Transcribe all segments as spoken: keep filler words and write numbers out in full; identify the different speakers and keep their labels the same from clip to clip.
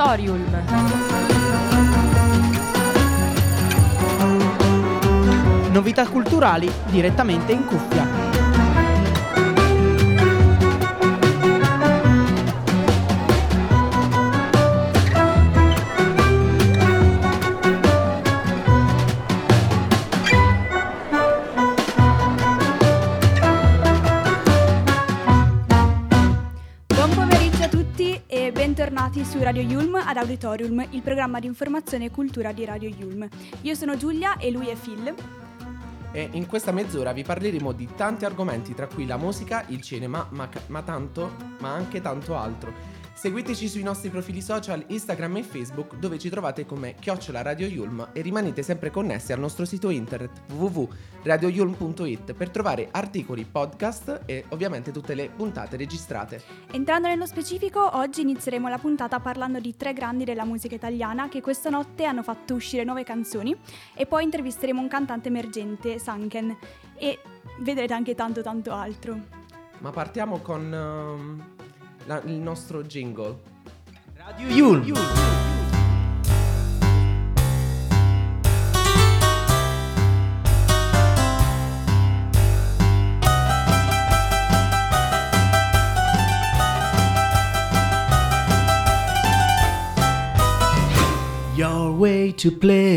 Speaker 1: Auditorium.
Speaker 2: Novità culturali direttamente in cuffia.
Speaker 3: Bentornati su Radio Yulm ad Auditorium, il programma di informazione e cultura di Radio Yulm. Io sono Giulia e lui è Phil.
Speaker 4: E in questa mezz'ora vi parleremo di tanti argomenti, tra cui la musica, il cinema, ma, ma tanto, ma anche tanto altro. Seguiteci sui nostri profili social Instagram e Facebook, dove ci trovate come chiocciola Radio Yulm, e rimanete sempre connessi al nostro sito internet w w w punto radio yulm punto i t per trovare articoli, podcast e ovviamente tutte le puntate registrate.
Speaker 3: Entrando nello specifico, oggi inizieremo la puntata parlando di tre grandi della musica italiana che questa notte hanno fatto uscire nuove canzoni, e poi intervisteremo un cantante emergente, Sanken, e vedrete anche tanto tanto altro.
Speaker 4: Ma partiamo con um, la, il nostro jingle.
Speaker 2: Radio Yulm. Yulm. Your way to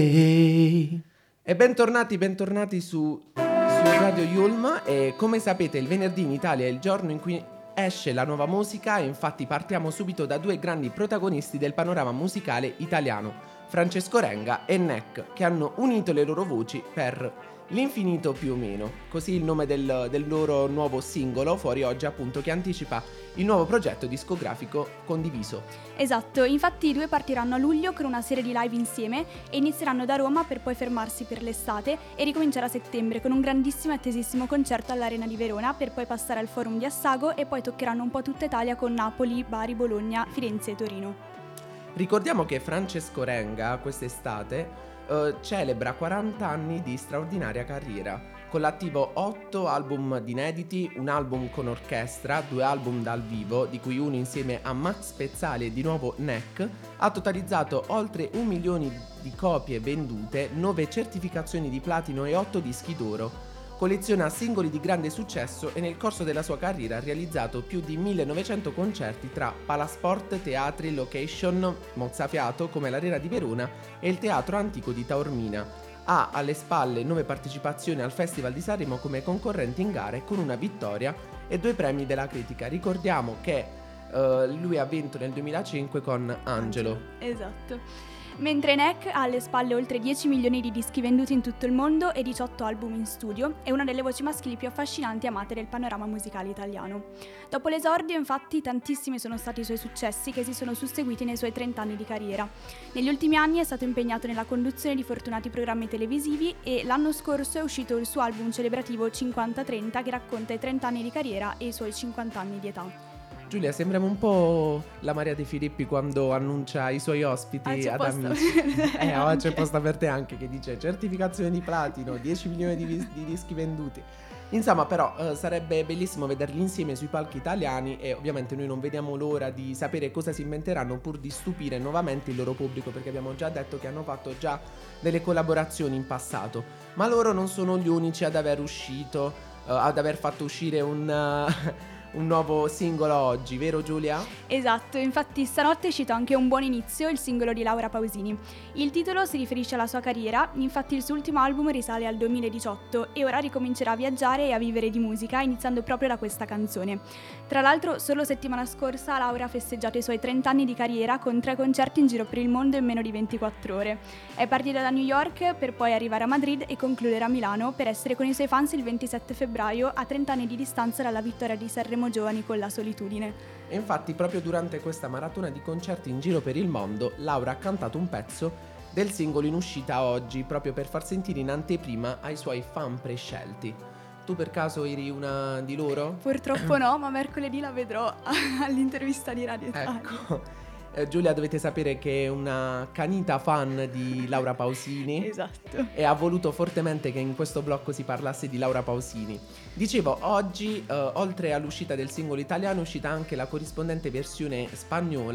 Speaker 2: play.
Speaker 4: E bentornati, bentornati su, su Radio Yulm. E come sapete, il venerdì in Italia è il giorno in cui esce la nuova musica, e infatti partiamo subito da due grandi protagonisti del panorama musicale italiano, Francesco Renga e Nek, che hanno unito le loro voci per L'infinito più o meno, così il nome del, del loro nuovo singolo, fuori oggi appunto, che anticipa il nuovo progetto discografico condiviso.
Speaker 3: Esatto, infatti i due partiranno a luglio con una serie di live insieme e inizieranno da Roma per poi fermarsi per l'estate e ricominciare a settembre con un grandissimo e attesissimo concerto all'Arena di Verona, per poi passare al Forum di Assago e poi toccheranno un po' tutta Italia con Napoli, Bari, Bologna, Firenze e Torino.
Speaker 4: Ricordiamo che Francesco Renga quest'estate Uh, celebra quaranta anni di straordinaria carriera, con l'attivo otto album di inediti, un album con orchestra, due album dal vivo, di cui uno insieme a Max Pezzali e di nuovo Nek. Ha totalizzato oltre un milione di copie vendute, nove certificazioni di platino e otto dischi d'oro. Colleziona singoli di grande successo e nel corso della sua carriera ha realizzato più di millenovecento concerti tra palasport, teatri, location, mozzafiato come l'Arena di Verona e il Teatro Antico di Taormina. Ha alle spalle nove partecipazioni al Festival di Sanremo come concorrente in gare, con una vittoria e due premi della critica. Ricordiamo che uh, lui ha vinto nel duemilacinque con Angelo.
Speaker 3: Esatto. Mentre Nek ha alle spalle oltre dieci milioni di dischi venduti in tutto il mondo e diciotto album in studio, è una delle voci maschili più affascinanti e amate del panorama musicale italiano. Dopo l'esordio, infatti, tantissimi sono stati i suoi successi che si sono susseguiti nei suoi trenta anni di carriera. Negli ultimi anni è stato impegnato nella conduzione di fortunati programmi televisivi e l'anno scorso è uscito il suo album celebrativo cinquanta trenta, che racconta i trenta anni di carriera e i suoi cinquanta anni di età.
Speaker 4: Giulia, sembriamo un po' la Maria De Filippi quando annuncia i suoi ospiti
Speaker 3: ah,
Speaker 4: ad amici. Eh, oh, c'è posta per te anche, che dice certificazione di platino, dieci milioni di, vis- di dischi venduti. Insomma, però eh, sarebbe bellissimo vederli insieme sui palchi italiani, e ovviamente noi non vediamo l'ora di sapere cosa si inventeranno pur di stupire nuovamente il loro pubblico, perché abbiamo già detto che hanno fatto già delle collaborazioni in passato. Ma loro non sono gli unici ad aver uscito, uh, ad aver fatto uscire un... Uh, un nuovo singolo oggi, vero Giulia?
Speaker 3: Esatto, infatti stanotte è uscito anche Un buon inizio, il singolo di Laura Pausini. Il titolo si riferisce alla sua carriera, infatti il suo ultimo album risale al duemiladiciotto e ora ricomincerà a viaggiare e a vivere di musica, iniziando proprio da questa canzone. Tra l'altro, solo settimana scorsa Laura ha festeggiato i suoi trenta anni di carriera con tre concerti in giro per il mondo in meno di ventiquattro ore. È partita da New York per poi arrivare a Madrid e concludere a Milano per essere con i suoi fans il ventisette febbraio, a trenta anni di distanza dalla vittoria di Sanremo Giovani con La solitudine.
Speaker 4: E infatti proprio durante questa maratona di concerti in giro per il mondo, Laura ha cantato un pezzo del singolo in uscita oggi, proprio per far sentire in anteprima ai suoi fan prescelti. Tu per caso eri una di loro?
Speaker 3: Purtroppo no, ma mercoledì la vedrò all'intervista di Radio Italia.
Speaker 4: Ecco. Eh, Giulia, dovete sapere che è una canita fan di Laura Pausini.
Speaker 3: Esatto.
Speaker 4: E ha voluto fortemente che in questo blocco si parlasse di Laura Pausini. Dicevo, oggi, eh, oltre all'uscita del singolo italiano, è uscita anche la corrispondente versione spagnola,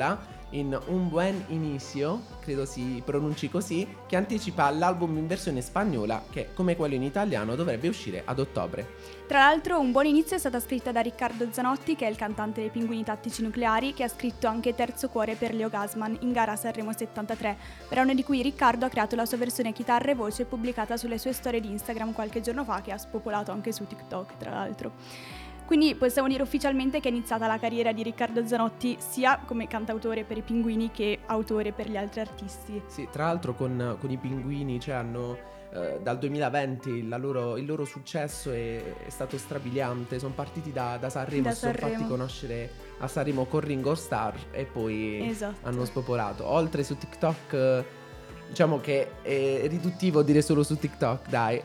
Speaker 4: in Un Buen Inicio, credo si pronunci così, che anticipa l'album in versione spagnola che, come quello in italiano, dovrebbe uscire ad ottobre.
Speaker 3: Tra l'altro, Un Buon Inizio è stata scritta da Riccardo Zanotti, che è il cantante dei Pinguini Tattici Nucleari, che ha scritto anche Terzo Cuore per Leo Gassman in gara a Sanremo settantatré, brano di cui Riccardo ha creato la sua versione chitarra e voce pubblicata sulle sue storie di Instagram qualche giorno fa, che ha spopolato anche su TikTok, tra l'altro. Quindi possiamo dire ufficialmente che è iniziata la carriera di Riccardo Zanotti sia come cantautore per i Pinguini che autore per gli altri artisti.
Speaker 4: Sì, tra l'altro con, con i Pinguini, cioè hanno eh, dal duemilaventi la loro, il loro successo è, è stato strabiliante. Sono partiti da, da Sanremo,
Speaker 3: Da
Speaker 4: si sono
Speaker 3: Sanremo.
Speaker 4: fatti conoscere a Sanremo con Ringo Starr e poi
Speaker 3: Esatto.
Speaker 4: hanno spopolato. Oltre su TikTok, eh, diciamo che è riduttivo dire solo su TikTok, dai.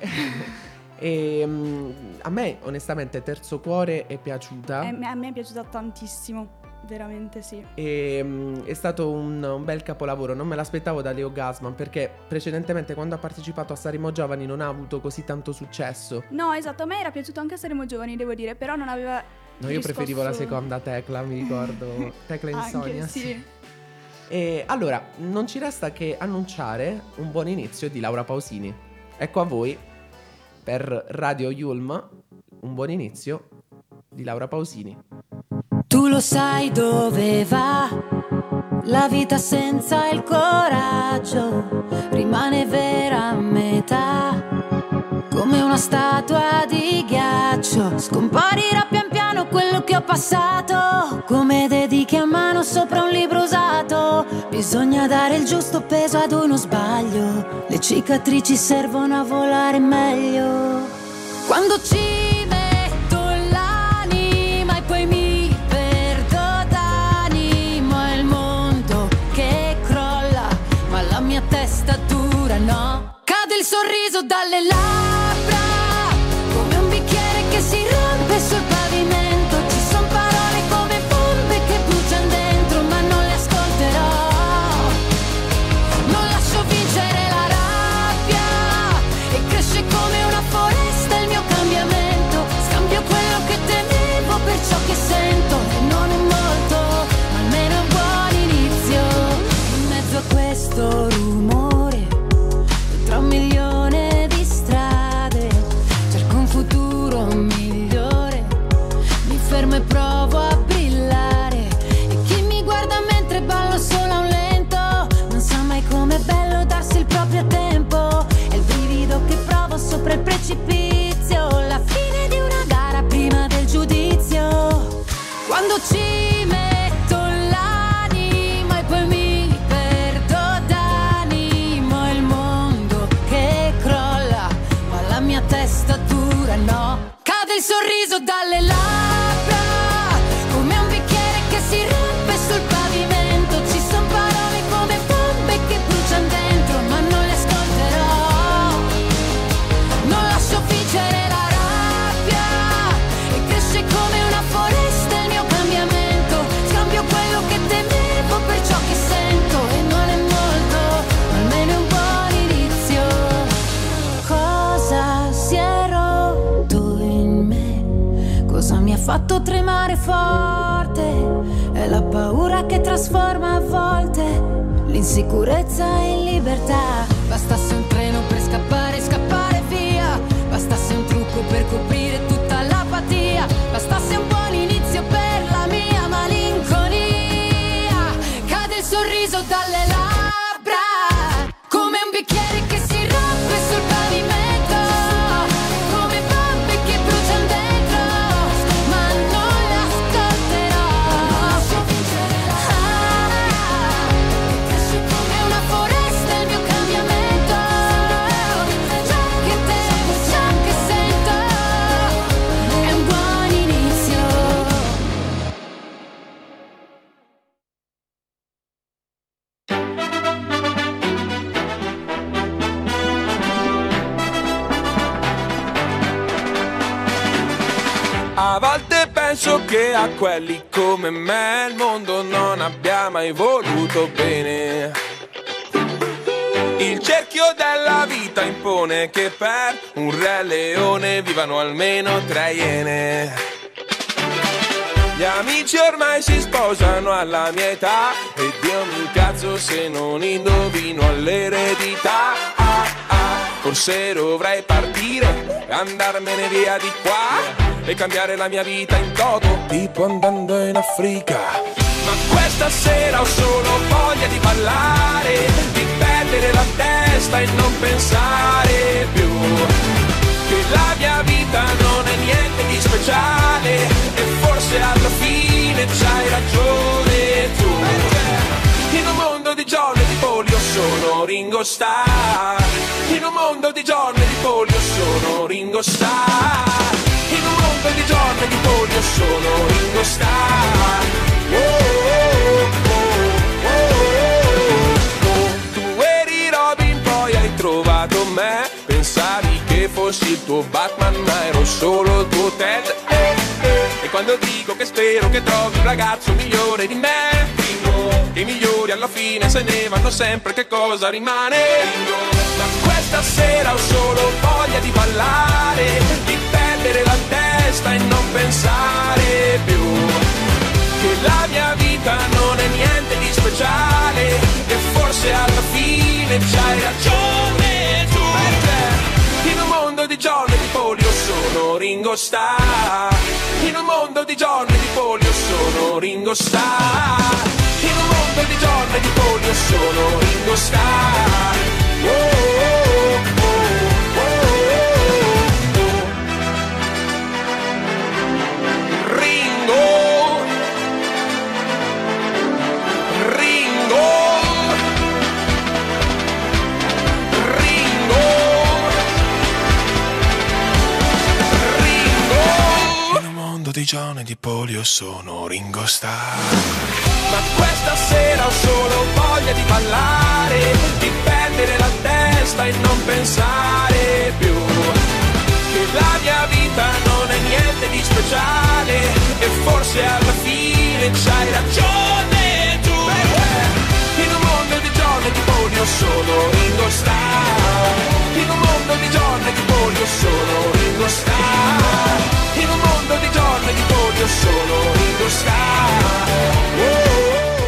Speaker 4: E um, a me onestamente Terzo Cuore è piaciuta.
Speaker 3: Eh, a me è piaciuta tantissimo, veramente sì.
Speaker 4: E, um, è stato un, un bel capolavoro. Non me l'aspettavo da Leo Gassman, perché precedentemente, quando ha partecipato a Sanremo Giovani, non ha avuto così tanto successo.
Speaker 3: No, esatto, a me era piaciuto anche Saremo Giovani, devo dire, però non aveva
Speaker 4: No, io preferivo la
Speaker 3: riscosso-
Speaker 4: seconda Tecla, mi ricordo. Tecla Insonnia.
Speaker 3: Anche, sì.
Speaker 4: E allora, non ci resta che annunciare un buon inizio di Laura Pausini. Ecco a voi, per Radio Yulm, un buon inizio di Laura Pausini.
Speaker 1: Tu lo sai dove va la vita senza il coraggio, rimane vera a metà, come una statua di ghiaccio. Scomparirà pian piano quello che ho passato, come dediche a mano sopra un libro usato. Bisogna dare il giusto peso ad uno sbaglio, le cicatrici servono a volare meglio. Quando ci metto l'anima e poi mi perdo d'animo, è il mondo che crolla, ma la mia testa dura no. Cade il sorriso dalle labbra, come un bicchiere che si rompe sul pavimento. Ci son parole come bombe che bruciano dentro, ma non le ascolterò. Non lascio vincere la rabbia, e cresce come una foresta il mio cambiamento. Scambio quello che temevo per ciò che sento, e non è molto, ma almeno è un buon inizio. In mezzo a questo rumore, tra un milione di strade, cerco un futuro migliore. Mi fermo e provo a brillare, e chi mi guarda mentre ballo solo a un lento non sa mai com'è bello darsi il proprio tempo. È il brivido che provo sopra il precipizio, la fine di una gara prima del giudizio. Quando ci metto l'anima e poi mi perdo d'animo, è il mondo che crolla, ma la mia testa dura no. Cade il sorriso dalle labbra, come un bicchiere che si rompe sul pavimento. Ci son parole come bombe che bruciano dentro, ma non le ascolterò. Non lascio vincere la rabbia, e cresce come una foresta il mio cambiamento. Scambio quello che temevo per ciò che sento, e non è molto, ma almeno è un buon inizio. Cosa si è rotto in me? Cosa mi ha fatto tremare forte? È la paura che trasforma a volte l'insicurezza in libertà. Bastasse un treno per scappare, scappare via. Bastasse un trucco per coprire tutta l'apatia. Bastasse un buon inizio per la mia malinconia. Cade il sorriso dalle labbra, come un bicchiere che si rompe sul pavimento, come bombe che bruciano dentro, ma non le ascolterò. Ah, cresce come una foresta il mio cambiamento. Ciò che temo, ciò che sento, è un buon inizio.
Speaker 5: A volte penso che a quelli come me il mondo non abbia mai voluto bene. Il cerchio della vita impone che per un re leone vivano almeno tre iene. Gli amici ormai si sposano alla mia età e Dio mi incazzo se non indovino all'eredità. Ah, ah, forse dovrei partire, andarmene via di qua e cambiare la mia vita in toto, tipo andando in Africa. Ma questa sera ho solo voglia di ballare, di perdere la testa e non pensare più che la mia vita non è niente di speciale e forse alla fine c'hai ragione tu. In un mondo di John e di Polio sono Ringo Starr. In un mondo di John e di Polio sono Ringo Starr. In un mondo di John e di Polio sono Ringo Starr. Oh, oh, oh, oh, oh. Tu eri Robin, poi hai trovato me. Pensavi che fossi il tuo Batman, ma ero solo il tuo Ted. Eh, eh. E quando dico che spero che trovi un ragazzo migliore di me, Ringo, che i migliori alla fine se ne vanno sempre, che cosa rimane? Ringo. Ma questa sera ho solo voglia di ballare, di perdere la testa e non pensare più che la mia vita non è niente di speciale e forse alla fine c'hai ragione tu. Perché in un mondo di John e di Polio sono Ringo Starr. In un mondo di John e di Polio sono Ringo Starr. In un mondo di John e di Polio sono Ringo Starr. Oh, oh, oh, oh, oh, oh. Ringo, Ringo, Ringo, Ringo. In un mondo di John e di Polio sono Ringo Starr. Ma questa sera ho solo voglia di ballare, di perdere la testa e non pensare più che la mia vita non è niente di speciale e forse alla fine c'hai ragione tu. Perché in un mondo di John e di Polio sono Ringo Starr. In un mondo di John e di Polio sono Ringo Starr. In un mondo di John e di Polio sono Ringo Starr. Oh.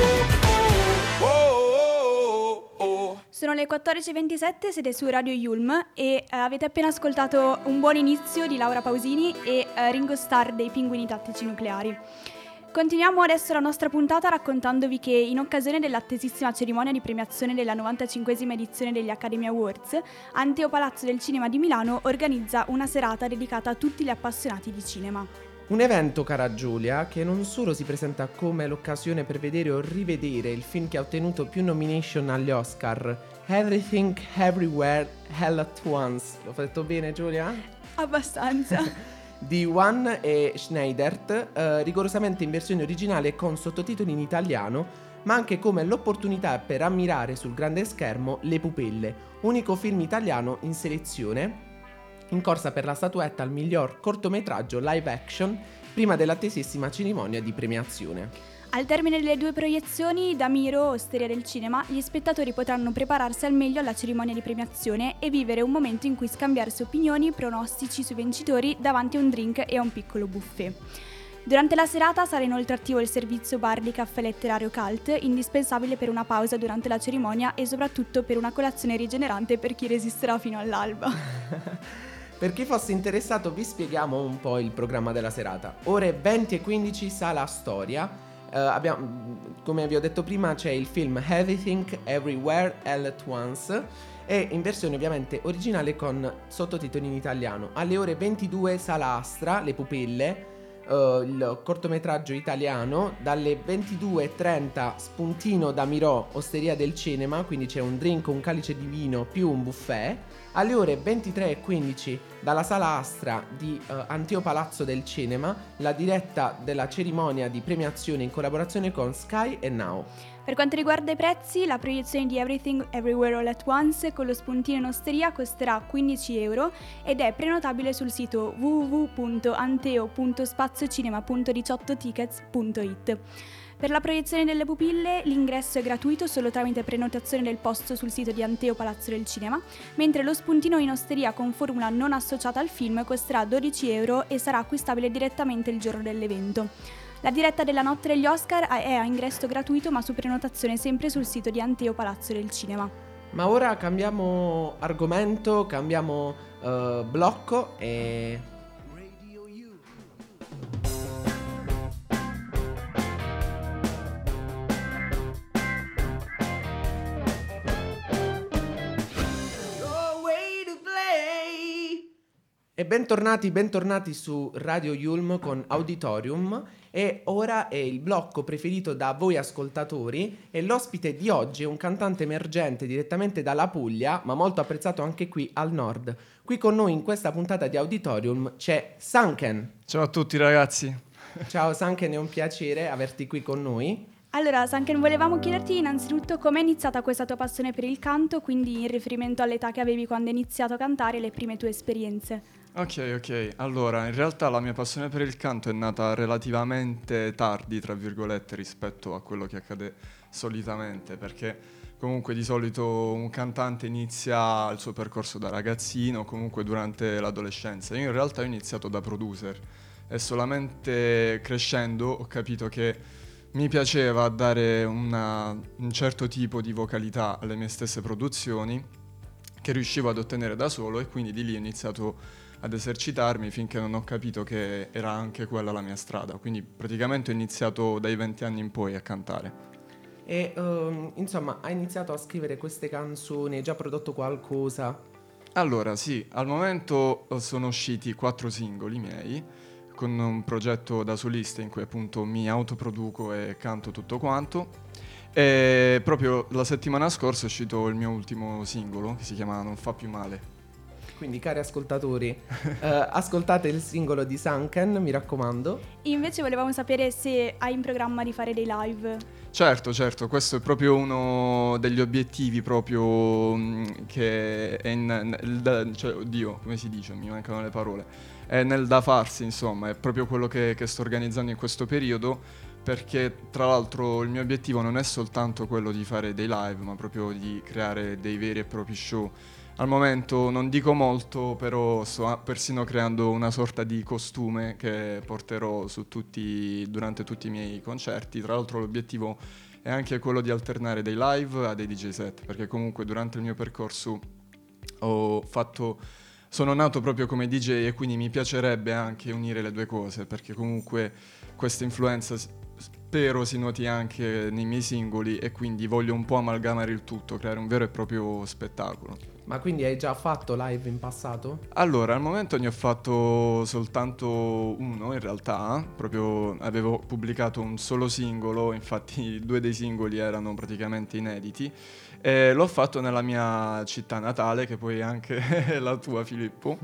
Speaker 3: Sono le quattordici e ventisette, siete su Radio Yulm e uh, avete appena ascoltato Un buon inizio di Laura Pausini e uh, Ringo Starr dei Pinguini Tattici Nucleari. Continuiamo adesso la nostra puntata raccontandovi che in occasione dell'attesissima cerimonia di premiazione della novantacinquesima edizione degli Academy Awards, Anteo Palazzo del Cinema di Milano organizza una serata dedicata a tutti gli appassionati di cinema.
Speaker 4: Un evento, cara Giulia, che non solo si presenta come l'occasione per vedere o rivedere il film che ha ottenuto più nomination agli Oscar, Everything Everywhere All at Once. L'ho detto bene, Giulia?
Speaker 3: Abbastanza.
Speaker 4: Di Wan e Schneidert, eh, rigorosamente in versione originale con sottotitoli in italiano, ma anche come l'opportunità per ammirare sul grande schermo Le pupille, unico film italiano in selezione in corsa per la statuetta al miglior cortometraggio live action prima dell'attesissima cerimonia di premiazione.
Speaker 3: Al termine delle due proiezioni da Miro, Osteria del Cinema, gli spettatori potranno prepararsi al meglio alla cerimonia di premiazione e vivere un momento in cui scambiarsi opinioni, pronostici sui vincitori davanti a un drink e a un piccolo buffet. Durante la serata sarà inoltre attivo il servizio bar di caffè letterario Cult, indispensabile per una pausa durante la cerimonia e soprattutto per una colazione rigenerante per chi resisterà fino all'alba.
Speaker 4: Per chi fosse interessato vi spieghiamo un po' il programma della serata. Ore venti e quindici, sala Storia. Uh, abbiamo, come vi ho detto prima, c'è il film Everything Everywhere All at Once e in versione ovviamente originale con sottotitoli in italiano. Alle ore ventidue, sala Astra, Le pupille, uh, il cortometraggio italiano. Dalle ventidue e trenta, Spuntino da Mirò, Osteria del Cinema, quindi c'è un drink, un calice di vino più un buffet. Alle ore ventitré e quindici, dalla sala Astra di uh, Anteo Palazzo del Cinema, la diretta della cerimonia di premiazione in collaborazione con Sky e Now.
Speaker 3: Per quanto riguarda i prezzi, la proiezione di Everything Everywhere All at Once con lo spuntino in osteria costerà quindici euro ed è prenotabile sul sito w w w punto anteo punto spaziocinema punto diciotto tickets punto it. Per la proiezione delle pupille l'ingresso è gratuito solo tramite prenotazione del posto sul sito di Anteo Palazzo del Cinema, mentre lo spuntino in osteria con formula non associata al film costerà dodici euro e sarà acquistabile direttamente il giorno dell'evento. La diretta della notte degli Oscar è a ingresso gratuito ma su prenotazione sempre sul sito di Anteo Palazzo del Cinema.
Speaker 4: Ma ora cambiamo argomento, cambiamo uh, blocco e... E bentornati, bentornati su Radio Yulm con Auditorium, e ora è il blocco preferito da voi ascoltatori e l'ospite di oggi è un cantante emergente direttamente dalla Puglia, ma molto apprezzato anche qui al nord. Qui con noi in questa puntata di Auditorium c'è Sanken.
Speaker 6: Ciao a tutti ragazzi.
Speaker 4: Ciao Sanken, è un piacere averti qui con noi.
Speaker 3: Allora, Sanken, volevamo chiederti innanzitutto com'è iniziata questa tua passione per il canto, quindi in riferimento all'età che avevi quando hai iniziato a cantare e le prime tue esperienze.
Speaker 6: Ok, ok. Allora, in realtà la mia passione per il canto è nata relativamente tardi, tra virgolette, rispetto a quello che accade solitamente, perché comunque di solito un cantante inizia il suo percorso da ragazzino, comunque durante l'adolescenza. Io in realtà ho iniziato da producer e solamente crescendo ho capito che mi piaceva dare una, un certo tipo di vocalità alle mie stesse produzioni che riuscivo ad ottenere da solo, e quindi di lì ho iniziato ad esercitarmi finché non ho capito che era anche quella la mia strada. Quindi praticamente ho iniziato dai venti anni in poi a cantare.
Speaker 4: E um, insomma, hai iniziato a scrivere queste canzoni, hai già prodotto qualcosa?
Speaker 6: Allora sì, al momento sono usciti quattro singoli miei con un progetto da solista in cui appunto mi autoproduco e canto tutto quanto. E proprio la settimana scorsa è uscito il mio ultimo singolo che si chiama Non fa più male.
Speaker 4: Quindi cari ascoltatori, eh, ascoltate il singolo di Sanken, mi raccomando.
Speaker 3: Invece volevamo sapere se hai in programma di fare dei live.
Speaker 6: Certo, certo, questo è proprio uno degli obiettivi proprio mh, che è in, nel, cioè, oddio, come si dice, mi mancano le parole, è nel da farsi, insomma, è proprio quello che, che sto organizzando in questo periodo, perché tra l'altro il mio obiettivo non è soltanto quello di fare dei live, ma proprio di creare dei veri e propri show. Al momento non dico molto, però sto persino creando una sorta di costume che porterò su tutti, durante tutti i miei concerti. Tra l'altro l'obiettivo è anche quello di alternare dei live a dei D J set, perché comunque durante il mio percorso ho fatto, sono nato proprio come D J e quindi mi piacerebbe anche unire le due cose, perché comunque questa influenza spero si noti anche nei miei singoli e quindi voglio un po' amalgamare il tutto, creare un vero e proprio spettacolo.
Speaker 4: Ma quindi hai già fatto live in passato?
Speaker 6: Allora, al momento ne ho fatto soltanto uno in realtà, proprio avevo pubblicato un solo singolo, infatti due dei singoli erano praticamente inediti, e l'ho fatto nella mia città natale, che poi è anche la tua, Filippo.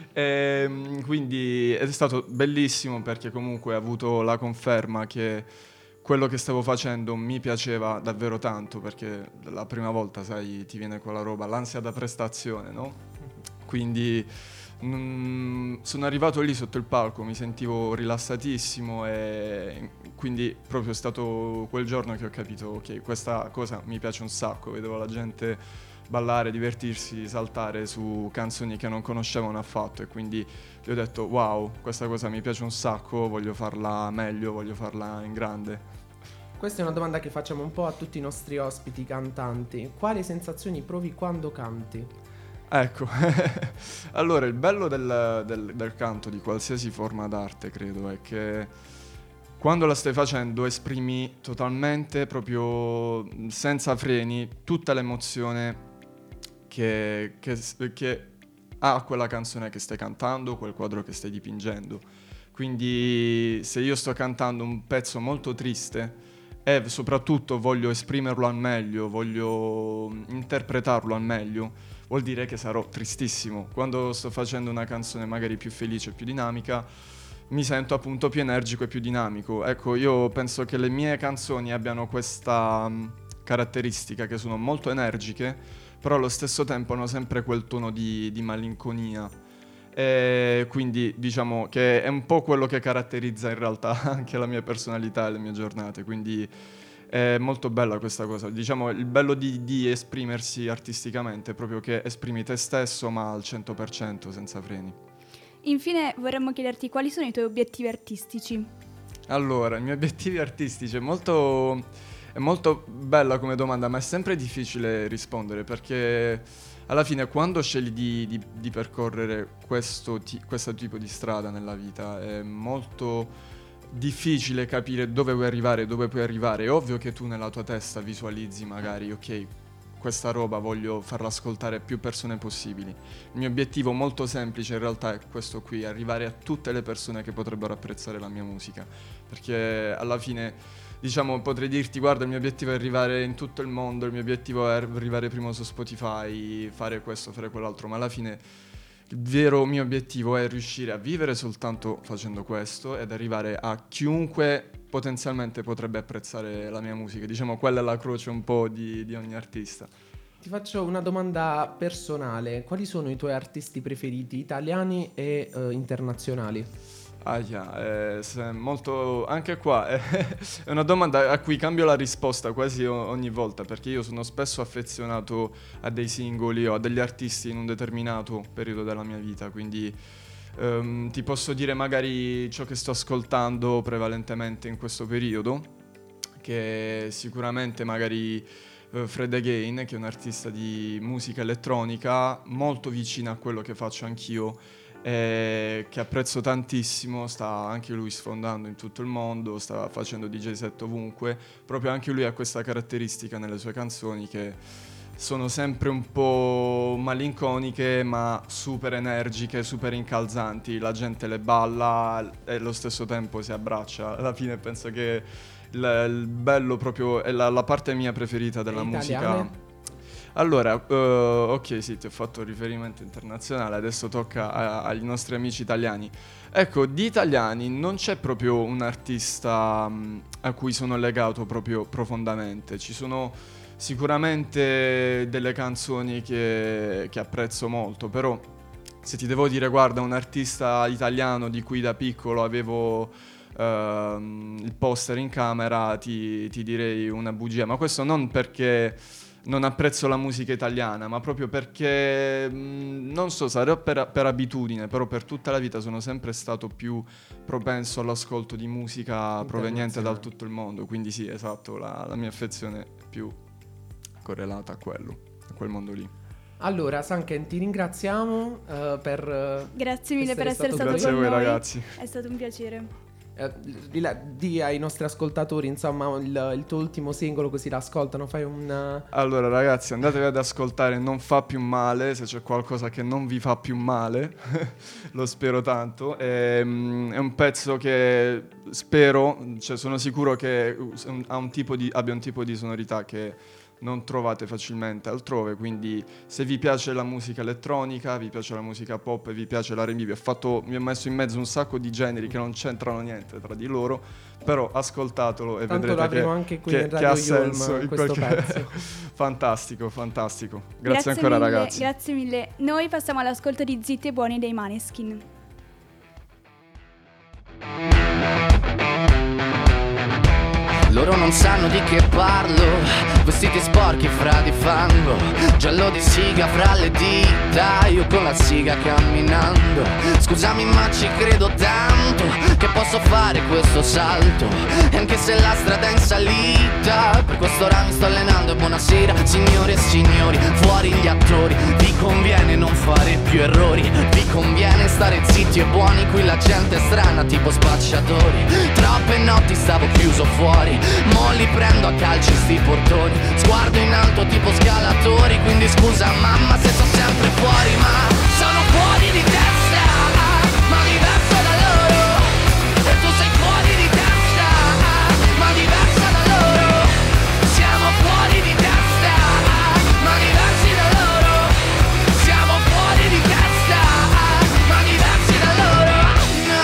Speaker 6: E quindi è stato bellissimo perché comunque ho avuto la conferma che quello che stavo facendo mi piaceva davvero tanto, perché la prima volta, sai, ti viene quella roba, l'ansia da prestazione, no? Quindi mm, sono arrivato lì sotto il palco, mi sentivo rilassatissimo e quindi proprio è stato quel giorno che ho capito, ok, questa cosa mi piace un sacco, vedevo la gente ballare, divertirsi, saltare su canzoni che non conoscevano affatto e quindi gli ho detto wow, questa cosa mi piace un sacco, voglio farla meglio, voglio farla in grande.
Speaker 4: Questa è una domanda che facciamo un po' a tutti i nostri ospiti cantanti. Quali sensazioni provi quando canti?
Speaker 6: Ecco, allora il bello del, del, del canto, di qualsiasi forma d'arte, credo, è che quando la stai facendo esprimi totalmente, proprio senza freni, tutta l'emozione che, che, che ha quella canzone che stai cantando, quel quadro che stai dipingendo. Quindi se io sto cantando un pezzo molto triste e soprattutto voglio esprimerlo al meglio, voglio interpretarlo al meglio, vuol dire che sarò tristissimo. Quando sto facendo una canzone magari più felice, più dinamica, mi sento appunto più energico e più dinamico. Ecco, io penso che le mie canzoni abbiano questa um, caratteristica, che sono molto energiche, però allo stesso tempo hanno sempre quel tono di, di malinconia. E quindi diciamo che è un po' quello che caratterizza in realtà anche la mia personalità e le mie giornate, quindi è molto bella questa cosa. Diciamo il bello di, di esprimersi artisticamente è proprio che esprimi te stesso ma al cento per cento senza freni.
Speaker 3: Infine vorremmo chiederti quali sono i tuoi obiettivi artistici.
Speaker 6: Allora, i miei obiettivi artistici è molto, è molto bella come domanda, ma è sempre difficile rispondere perché alla fine quando scegli di, di, di percorrere questo, ti, questo tipo di strada nella vita è molto difficile capire dove vuoi arrivare, dove puoi arrivare. È ovvio che tu nella tua testa visualizzi magari, ok, questa roba voglio farla ascoltare a più persone possibili. Il mio obiettivo molto semplice in realtà è questo qui, arrivare a tutte le persone che potrebbero apprezzare la mia musica, perché alla fine, diciamo, potrei dirti guarda, il mio obiettivo è arrivare in tutto il mondo, il mio obiettivo è arrivare prima su Spotify, fare questo, fare quell'altro, ma alla fine il vero mio obiettivo è riuscire a vivere soltanto facendo questo ed arrivare a chiunque potenzialmente potrebbe apprezzare la mia musica. Diciamo, quella è la croce un po' di, di ogni artista.
Speaker 4: Ti faccio una domanda personale. Quali sono i tuoi artisti preferiti, italiani e uh, internazionali?
Speaker 6: Ah, yeah, eh, se molto, anche qua eh, è una domanda a cui cambio la risposta quasi o- ogni volta, perché io sono spesso affezionato a dei singoli o a degli artisti in un determinato periodo della mia vita, quindi ehm, ti posso dire magari ciò che sto ascoltando prevalentemente in questo periodo, che sicuramente magari uh, Fred Again, che è un artista di musica elettronica molto vicina a quello che faccio anch'io, Eh, che apprezzo tantissimo, sta anche lui sfondando in tutto il mondo, sta facendo D J set ovunque, proprio anche lui ha questa caratteristica nelle sue canzoni che sono sempre un po' malinconiche ma super energiche, super incalzanti, la gente le balla e allo stesso tempo si abbraccia. Alla fine penso che il, il bello proprio è la, la parte mia preferita della musica. Allora, uh, ok, sì, ti ho fatto riferimento internazionale, adesso tocca a, agli nostri amici italiani. Ecco, di italiani non c'è proprio un artista um, a cui sono legato proprio profondamente. Ci sono sicuramente delle canzoni che, che apprezzo molto, però se ti devo dire, guarda, un artista italiano di cui da piccolo avevo uh, il poster in camera, ti, ti direi una bugia, ma questo non perché non apprezzo la musica italiana, ma proprio perché, mh, non so, sarà per, per abitudine, però per tutta la vita sono sempre stato più propenso all'ascolto di musica proveniente da tutto il mondo, quindi sì, esatto, la, la mia affezione è più correlata a quello, a quel mondo lì.
Speaker 4: Allora, Sanken, ti ringraziamo uh, per uh,
Speaker 3: Grazie mille per essere stato,
Speaker 6: Grazie
Speaker 3: con
Speaker 6: a voi,
Speaker 3: noi.
Speaker 6: ragazzi.
Speaker 3: È stato un piacere.
Speaker 4: Uh, di ai nostri ascoltatori, insomma, il, il tuo ultimo singolo, così l'ascoltano, fai un...
Speaker 6: Allora ragazzi, andatevi ad ascoltare Non fa più male, se c'è qualcosa che non vi fa più male, lo spero tanto. È, è un pezzo che spero, cioè sono sicuro che ha un tipo di, abbia un tipo di sonorità che non trovate facilmente altrove, quindi se vi piace la musica elettronica, vi piace la musica pop e vi piace l'R and B, vi ho fatto, mi ho messo in mezzo un sacco di generi che non c'entrano niente tra di loro, però ascoltatelo e
Speaker 4: tanto
Speaker 6: vedrete che,
Speaker 4: anche qui
Speaker 6: che,
Speaker 4: nel
Speaker 6: che ha
Speaker 4: Radio
Speaker 6: senso
Speaker 4: Yulm,
Speaker 6: in
Speaker 4: questo
Speaker 6: qualche...
Speaker 4: pezzo.
Speaker 6: Fantastico, fantastico. Grazie,
Speaker 3: Grazie
Speaker 6: ancora
Speaker 3: mille,
Speaker 6: ragazzi.
Speaker 3: Grazie mille. Noi passiamo all'ascolto di Zitti e Buoni dei Maneskin.
Speaker 7: Loro non sanno di che parlo, vestiti sporchi fra di fango, giallo di siga fra le dita, io con la siga camminando. Scusami ma ci credo tanto, che posso fare questo salto, e anche se la strada è in salita, per quest'ora mi sto allenando e buonasera signore e signori, fuori gli attori, vi conviene non fare più errori, vi conviene stare zitti e buoni, qui la gente è strana tipo spacciatori, troppe notti stavo chiuso fuori, mo li prendo a calci sti portoni, sguardo in alto tipo scalatori, quindi scusa mamma se sto sempre fuori, ma sono fuori di testa, ma diverso da loro, e tu sei fuori di testa, ma diversa da loro, siamo fuori di testa, ma diversi da loro, siamo fuori di testa, ma diversi da loro, no.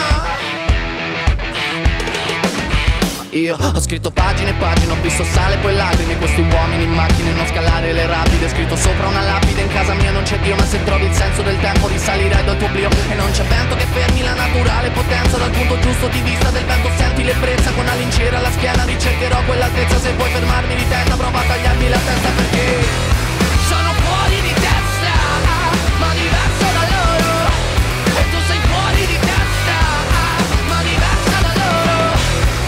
Speaker 7: Io ho scritto pagine e pagine, ho visto sale poi lacrime, questi uomini in macchine, non scalare le rapide, scritto sopra una lapide, in casa mia non c'è Dio, ma se trovi il senso del tempo risalirai dal tuo oblio, e non c'è vento che fermi la naturale potenza, dal punto giusto di vista del vento senti l'ebbrezza, con la lincera alla schiena ricercherò quell'altezza, se vuoi fermarmi di testa prova a tagliarmi la testa, perché sono fuori di testa, ma diverso da loro, e tu sei fuori di testa, ma diversa da loro,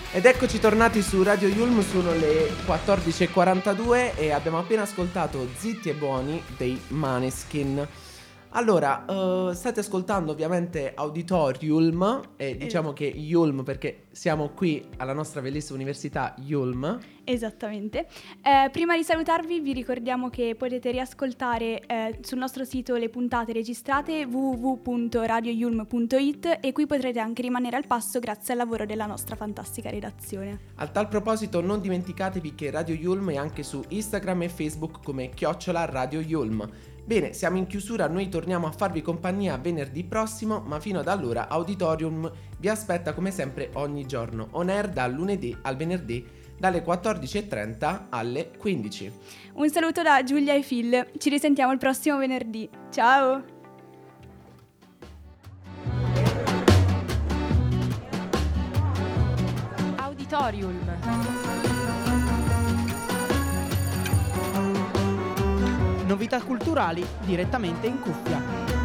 Speaker 4: Ed eccoci tornati su Radio Yulm, sono le quattordici e quarantadue e abbiamo appena ascoltato Zitti e Buoni dei Maneskin. Allora, uh, state ascoltando ovviamente Auditorium e diciamo che Yulm perché siamo qui alla nostra bellissima università Yulm.
Speaker 3: Esattamente. Eh, prima di salutarvi vi ricordiamo che potete riascoltare eh, sul nostro sito le puntate registrate w w w punto radio yulm punto i t e qui potrete anche rimanere al passo grazie al lavoro della nostra fantastica redazione.
Speaker 4: A tal proposito non dimenticatevi che Radio Yulm è anche su Instagram e Facebook come chiocciola Radio Yulm. Bene, siamo in chiusura, noi torniamo a farvi compagnia venerdì prossimo, ma fino ad allora Auditorium vi aspetta come sempre ogni giorno, on air dal lunedì al venerdì dalle quattordici e trenta alle quindici.
Speaker 3: Un saluto da Giulia e Phil, ci risentiamo il prossimo venerdì, ciao!
Speaker 8: Auditorium.
Speaker 2: Novità culturali direttamente in cuffia.